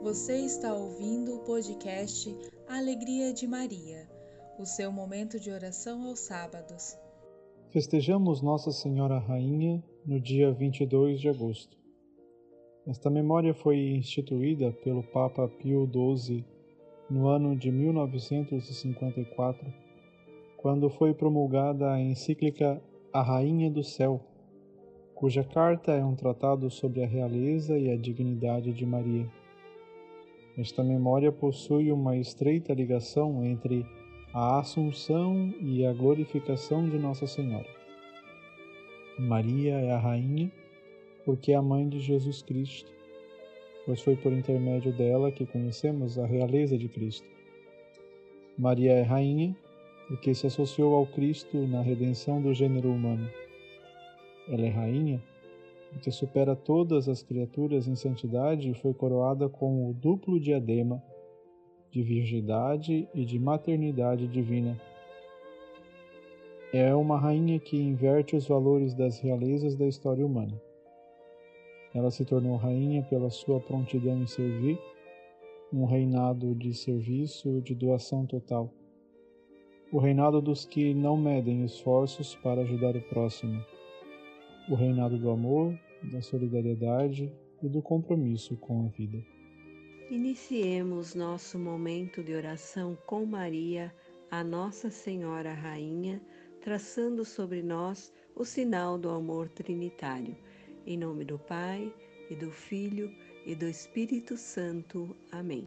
Você está ouvindo o podcast Alegria de Maria, o seu momento de oração aos sábados. Festejamos Nossa Senhora Rainha no dia 22 de agosto. Esta memória foi instituída pelo Papa Pio XII no ano de 1954, quando foi promulgada a encíclica A Rainha do Céu, cuja carta é um tratado sobre a realeza e a dignidade de Maria. Esta memória possui uma estreita ligação entre a Assunção e a glorificação de Nossa Senhora. Maria é a Rainha porque é a mãe de Jesus Cristo, pois foi por intermédio dela que conhecemos a realeza de Cristo. Maria é Rainha porque se associou ao Cristo na redenção do gênero humano. Ela é Rainha porque supera todas as criaturas em santidade e foi coroada com o duplo diadema de virgindade e de maternidade divina. É uma rainha que inverte os valores das realezas da história humana. Ela se tornou rainha pela sua prontidão em servir, um reinado de serviço, de doação total. O reinado dos que não medem esforços para ajudar o próximo. O reinado do amor, da solidariedade e do compromisso com a vida. Iniciemos nosso momento de oração com Maria, a Nossa Senhora Rainha, traçando sobre nós o sinal do amor trinitário. Em nome do Pai, e do Filho, e do Espírito Santo. Amém.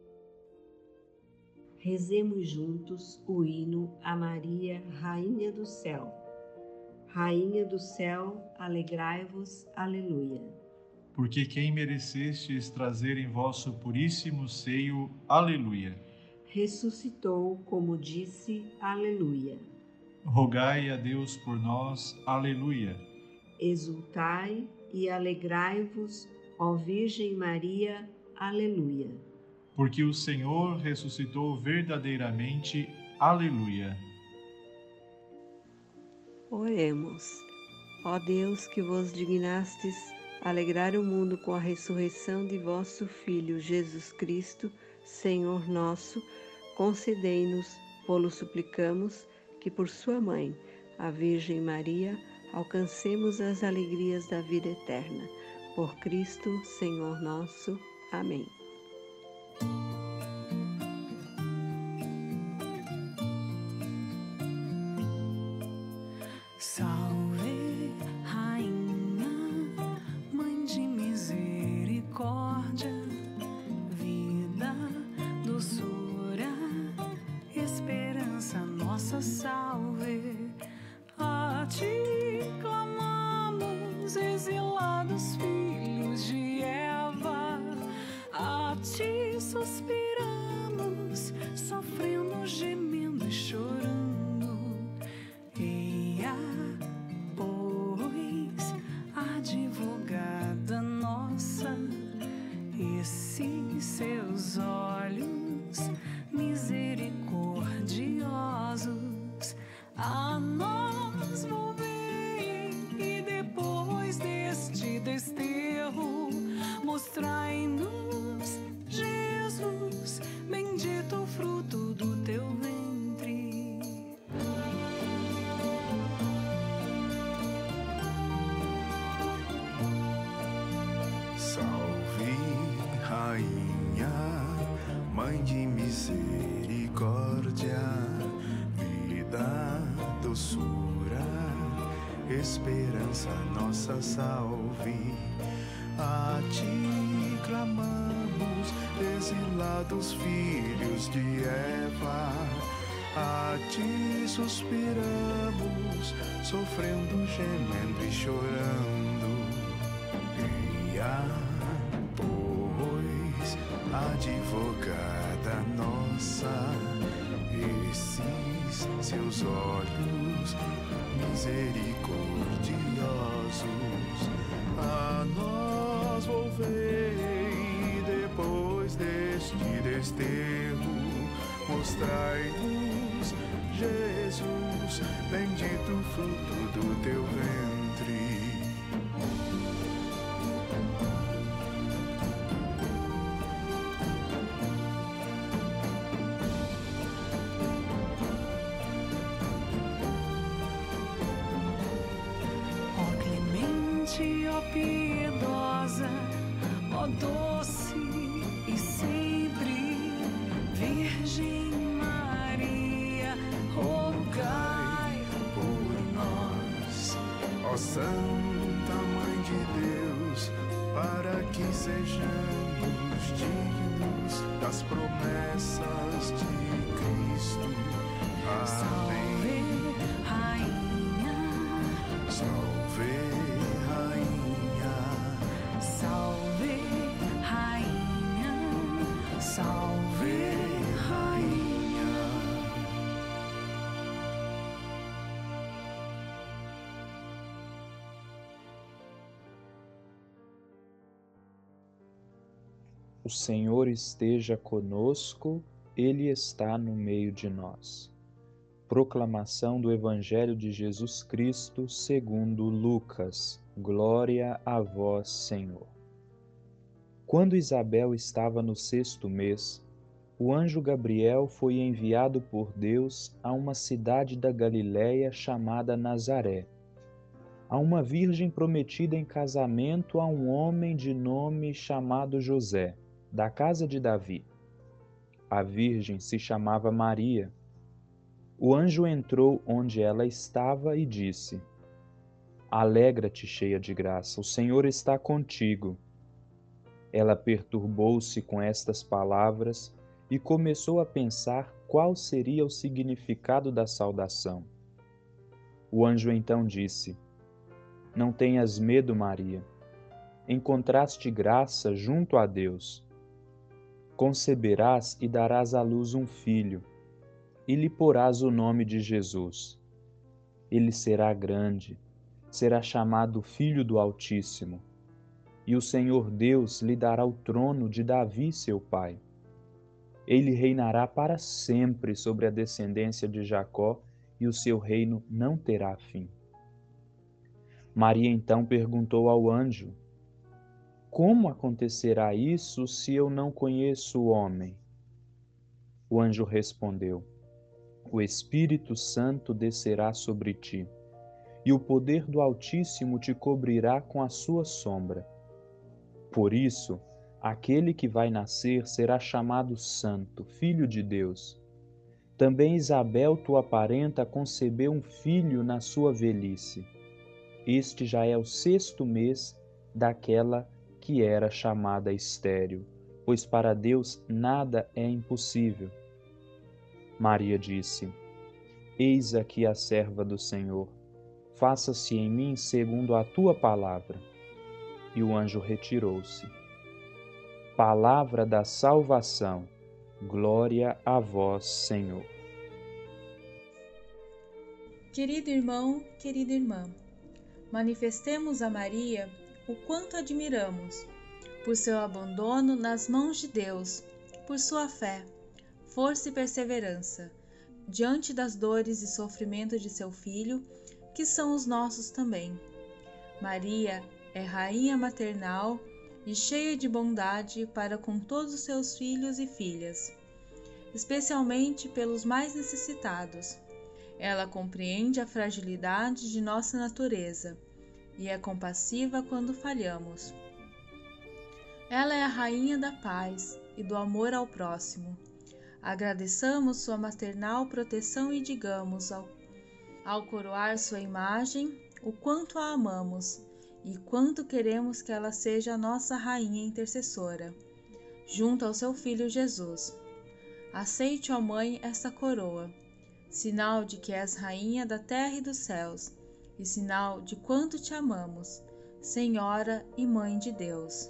Rezemos juntos o hino a Maria, Rainha do Céu. Rainha do céu, alegrai-vos, aleluia. Porque quem merecestes trazer em vosso puríssimo seio, aleluia. Ressuscitou, como disse, aleluia. Rogai a Deus por nós, aleluia. Exultai e alegrai-vos, ó Virgem Maria, aleluia. Porque o Senhor ressuscitou verdadeiramente, aleluia. Oremos. Ó Deus, que vos dignastes alegrar o mundo com a ressurreição de vosso Filho Jesus Cristo, Senhor nosso, concedei-nos, pô-lo suplicamos, que por sua mãe, a Virgem Maria, alcancemos as alegrias da vida eterna. Por Cristo, Senhor nosso. Amém. Salve, Rainha, Mãe de misericórdia, vida, doçura, esperança, nossa salve. A ti clamamos, exilados filhos de Eva, a ti suspiramos, sofrendo, gemendo e chorando. Advogada nossa, esses seus olhos misericordiosos a nós volvem, e depois deste desterro mostrai-nos Jesus, bendito o fruto do teu ventre. Mãe de misericórdia, vida, doçura, esperança, nossa salve. A ti clamamos, exilados filhos de Eva, a ti suspiramos, sofrendo, gemendo e chorando. Advogada nossa, esses seus olhos misericordiosos a nós volvei, depois deste desterro mostrai-nos Jesus, bendito o fruto do teu ventre. piedosa, ó doce e sempre Virgem Maria, rogai por nós, ó Santa Mãe de Deus, para que sejamos dignos das promessas de Cristo. Salve, Amém. Rainha, Salve, Rainha. salve, Rainha, salve, Rainha. O Senhor esteja conosco, Ele está no meio de nós. Proclamação do Evangelho de Jesus Cristo segundo Lucas. Glória a vós, Senhor. Quando Isabel estava no 6º mês, o anjo Gabriel foi enviado por Deus a uma cidade da Galiléia chamada Nazaré, a uma virgem prometida em casamento a um homem de nome chamado José, da casa de Davi. A virgem se chamava Maria. O anjo entrou onde ela estava e disse: Alegra-te, cheia de graça, o Senhor está contigo. Ela perturbou-se com estas palavras e começou a pensar qual seria o significado da saudação. O anjo então disse: Não tenhas medo, Maria. Encontraste graça junto a Deus. Conceberás e darás à luz um filho, e lhe porás o nome de Jesus. Ele será grande, será chamado Filho do Altíssimo, e o Senhor Deus lhe dará o trono de Davi, seu pai. Ele reinará para sempre sobre a descendência de Jacó, e o seu reino não terá fim. Maria então perguntou ao anjo: Como acontecerá isso se eu não conheço o homem? O anjo respondeu: O Espírito Santo descerá sobre ti, e o poder do Altíssimo te cobrirá com a sua sombra. Por isso, aquele que vai nascer será chamado Santo, Filho de Deus. Também Isabel, tua parenta, concebeu um filho na sua velhice. Este já é o 6º mês daquela que era chamada estéril, pois para Deus nada é impossível. Maria disse: Eis aqui a serva do Senhor, faça-se em mim segundo a tua palavra. E o anjo retirou-se. Palavra da salvação. Glória a vós, Senhor. Querido irmão, querida irmã, manifestemos a Maria o quanto admiramos, por seu abandono nas mãos de Deus, por sua fé, força e perseverança, diante das dores e sofrimentos de seu filho, que são os nossos também. Maria é rainha maternal e cheia de bondade para com todos os seus filhos e filhas, especialmente pelos mais necessitados. Ela compreende a fragilidade de nossa natureza e é compassiva quando falhamos. Ela é a rainha da paz e do amor ao próximo. Agradeçamos sua maternal proteção e digamos, ao coroar sua imagem, o quanto a amamos e quanto queremos que ela seja a nossa rainha intercessora, junto ao seu Filho Jesus. Aceite, ó Mãe, esta coroa, sinal de que és rainha da terra e dos céus, e sinal de quanto te amamos, Senhora e Mãe de Deus.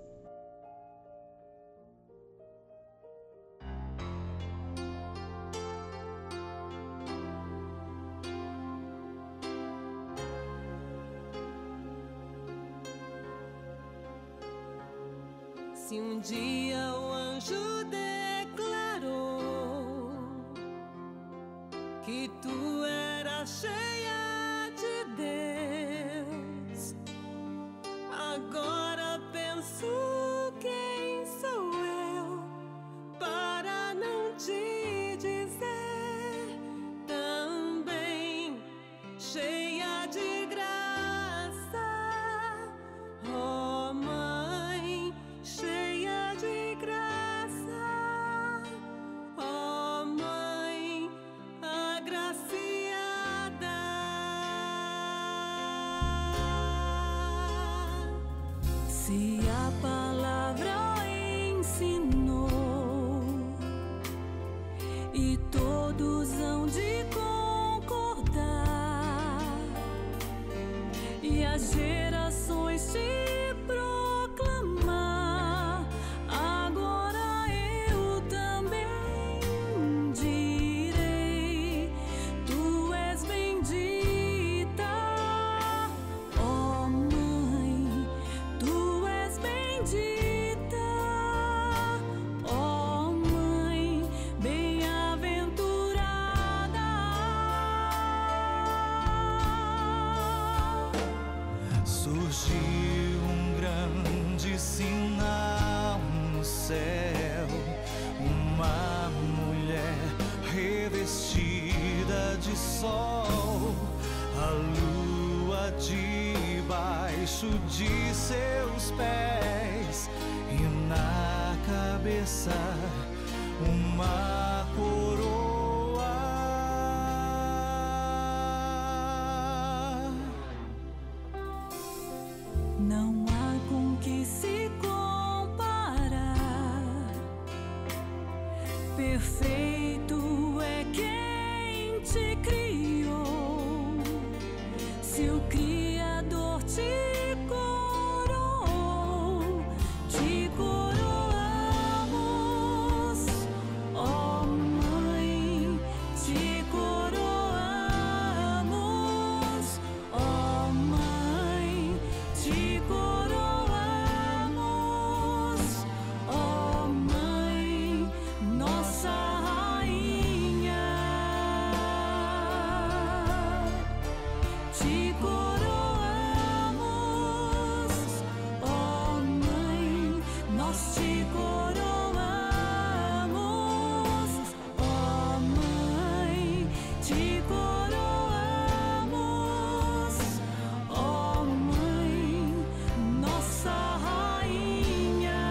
Se um dia o anjo declarou que tu eras cheia de Deus, agora penso: quem sou eu para não te dizer também cheia de graça? debaixo de seus pés e na cabeça uma coroa. Não há com que se comparar. Perfeito é quem te criou. Se o Criador te coroou, te coroamos, ó Mãe, te coroamos, ó Mãe, te coroamos, ó Mãe, nossa Rainha. Te coroamos, ó Mãe, nós te coroamos, ó Mãe, te coroamos, ó Mãe, nossa Rainha.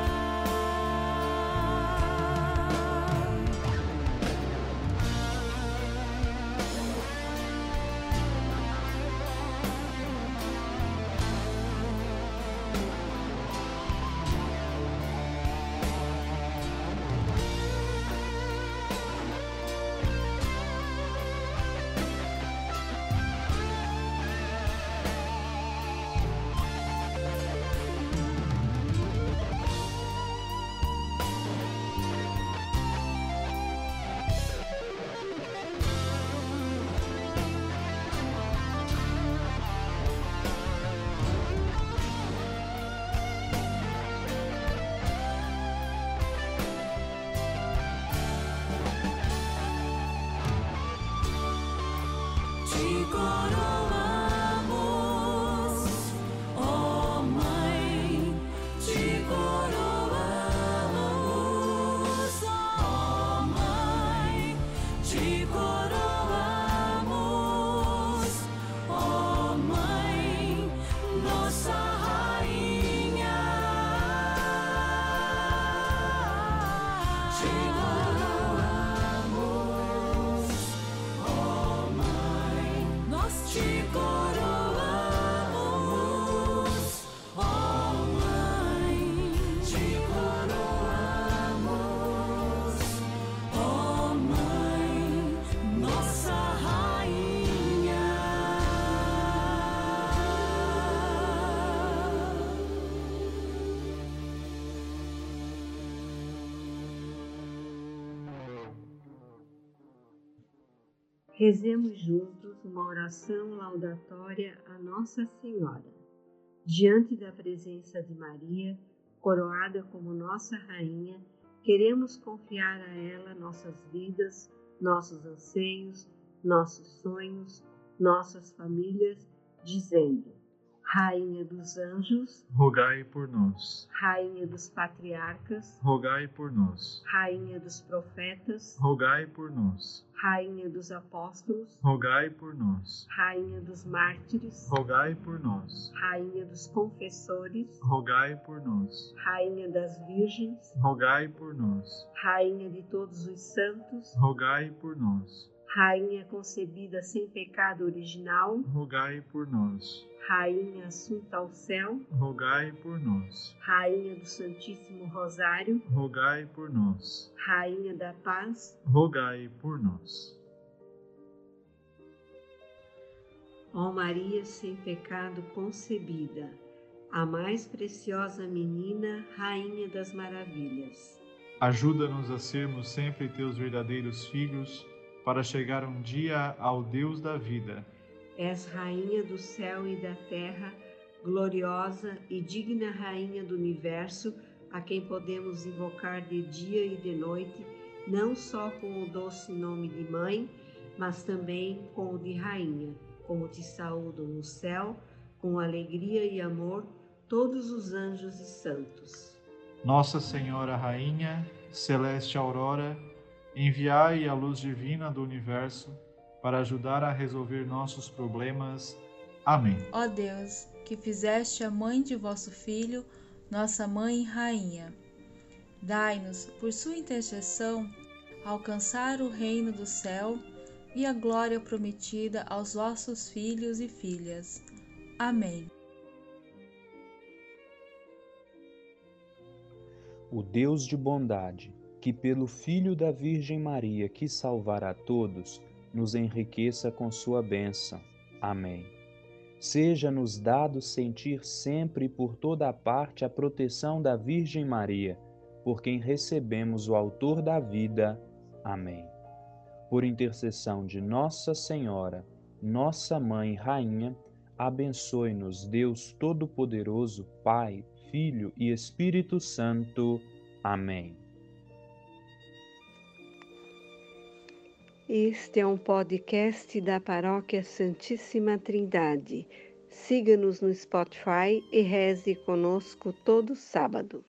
Te coroamos, ó Mãe, te coroamos, ó Mãe, te coroamos, ó Mãe, nossa Rainha. Te coroamos, ó Mãe, nós te coroamos, ó Mãe, te coroamos, ó Mãe, nossa Rainha. Rezemos juntos uma oração laudatória a Nossa Senhora. Diante da presença de Maria, coroada como nossa Rainha, queremos confiar a ela nossas vidas, nossos anseios, nossos sonhos, nossas famílias, dizendo: Rainha dos anjos, rogai por nós. Rainha dos patriarcas, Rogai por nós. Rainha dos profetas, Rogai por nós. Rainha dos apóstolos, Rogai por nós. Rainha dos mártires, Rogai por nós. Rainha dos confessores, Rogai por nós. Rainha das virgens, Rogai por nós. Rainha de todos os santos, Rogai por nós. Rainha concebida sem pecado original, Rogai por nós. Rainha assunta ao céu, Rogai por nós. Rainha do Santíssimo Rosário, Rogai por nós. Rainha da Paz, Rogai por nós. ó Maria sem pecado concebida, a mais preciosa menina, Rainha das Maravilhas. Ajuda-nos a sermos sempre teus verdadeiros filhos, para chegar um dia ao Deus da vida. És Rainha do céu e da terra, gloriosa e digna Rainha do universo, a quem podemos invocar de dia e de noite, não só com o doce nome de Mãe, mas também com o de Rainha, como te saúdam no céu, com alegria e amor, todos os anjos e santos. Nossa Senhora Rainha, celeste aurora, enviai a luz divina do universo para ajudar a resolver nossos problemas. Amém. Ó Deus, que fizeste a mãe de vosso Filho, nossa Mãe e Rainha. Dai-nos, por sua intercessão, alcançar o reino do céu e a glória prometida aos vossos filhos e filhas. Amém. O Deus de bondade, que pelo Filho da Virgem Maria quis salvar a todos, nos enriqueça com sua bênção. Amém. Seja-nos dado sentir sempre e por toda a parte a proteção da Virgem Maria, por quem recebemos o Autor da vida. Amém. Por intercessão de Nossa Senhora, nossa Mãe e Rainha, abençoe-nos Deus Todo-Poderoso, Pai, Filho e Espírito Santo. Amém. Este é um podcast da Paróquia Santíssima Trindade. Siga-nos no Spotify e reze conosco todo sábado.